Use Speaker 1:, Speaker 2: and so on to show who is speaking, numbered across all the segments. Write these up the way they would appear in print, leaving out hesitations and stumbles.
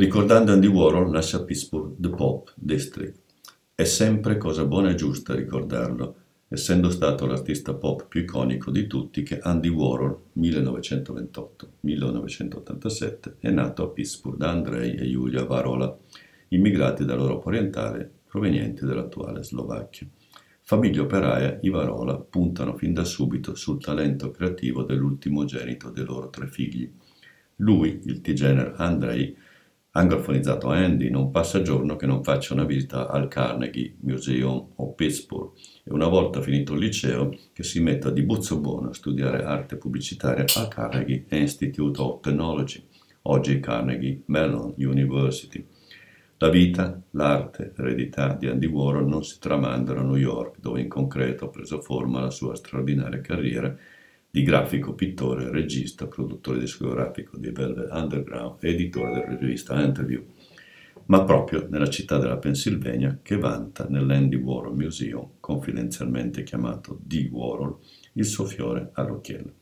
Speaker 1: Ricordando Andy Warhol nasce a Pittsburgh The Pop District. È sempre cosa buona e giusta ricordarlo, essendo stato l'artista pop più iconico di tutti che Andy Warhol, 1928-1987, è nato a Pittsburgh da Andrei e Julia Varola, immigrati dall'Europa orientale provenienti dall'attuale Slovacchia. Famiglia operaia, i Varola puntano fin da subito sul talento creativo dell'ultimogenito dei loro tre figli. Lui, il T-Gener Andrei, anglofonizzato Andy, non passa giorno che non faccia una visita al Carnegie Museum of Pittsburgh e una volta finito il liceo che si metta di buzzo buono a studiare arte pubblicitaria al Carnegie Institute of Technology, oggi Carnegie Mellon University. La vita, l'arte, l'eredità di Andy Warhol non si tramandano a New York, dove in concreto ha preso forma la sua straordinaria carriera di grafico, pittore, regista, produttore discografico di Velvet Underground e editore della rivista Interview, ma proprio nella città della Pennsylvania che vanta nell'Andy Warhol Museum, confidenzialmente chiamato D. Warhol, il suo fiore all'occhiello.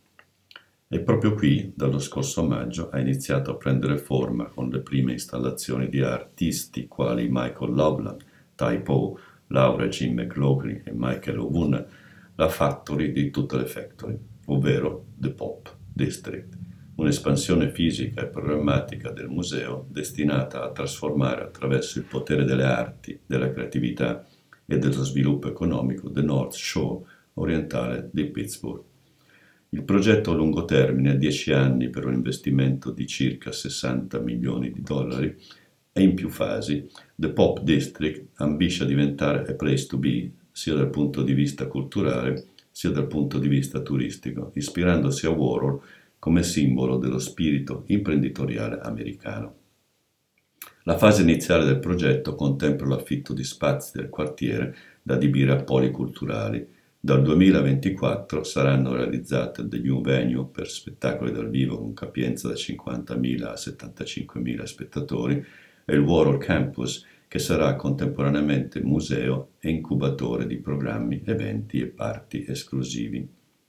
Speaker 1: E proprio qui, dallo scorso maggio, ha iniziato a prendere forma con le prime installazioni di artisti quali Michael Loveland, Ty Poe, Laura Jean McLaughlin e Michael O'Wunner, la Factory di tutte le factory, ovvero The Pop District, un'espansione fisica e programmatica del museo destinata a trasformare attraverso il potere delle arti, della creatività e dello sviluppo economico The North Shore orientale di Pittsburgh. Il progetto a lungo termine, a 10 anni per un investimento di circa 60 milioni di dollari, è in più fasi. The Pop District ambisce a diventare a place to be, sia dal punto di vista culturale sia dal punto di vista turistico, ispirandosi a Warhol come simbolo dello spirito imprenditoriale americano. La fase iniziale del progetto contempla l'affitto di spazi del quartiere da adibire a poli culturali. Dal 2024 saranno realizzate degli new venue per spettacoli dal vivo con capienza da 50.000 a 75.000 spettatori e il Warhol Campus, che sarà contemporaneamente museo e incubatore di programmi, eventi e party esclusivi.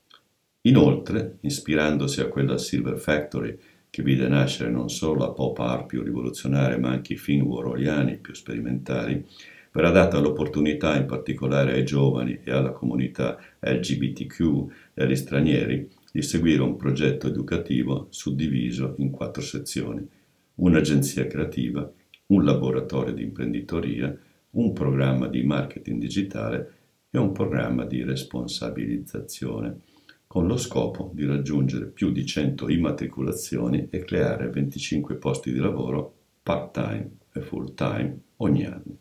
Speaker 1: Inoltre, ispirandosi a quella Silver Factory che vide nascere non solo la pop art più rivoluzionaria ma anche i film warholiani più sperimentali, verrà data l'opportunità in particolare ai giovani e alla comunità LGBTQ e agli stranieri di seguire un progetto educativo suddiviso in 4 sezioni: un'agenzia creativa, un laboratorio di imprenditoria, un programma di marketing digitale e un programma di responsabilizzazione, con lo scopo di raggiungere più di 100 immatricolazioni e creare 25 posti di lavoro part-time e full-time ogni anno.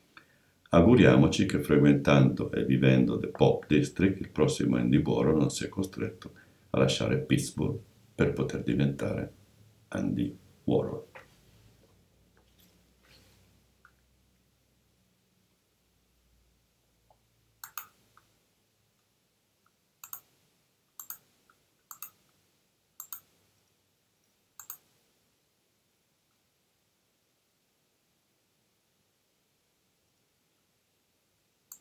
Speaker 1: Auguriamoci che frequentando e vivendo The Pop District il prossimo Andy Warhol non sia costretto a lasciare Pittsburgh per poter diventare Andy Warhol.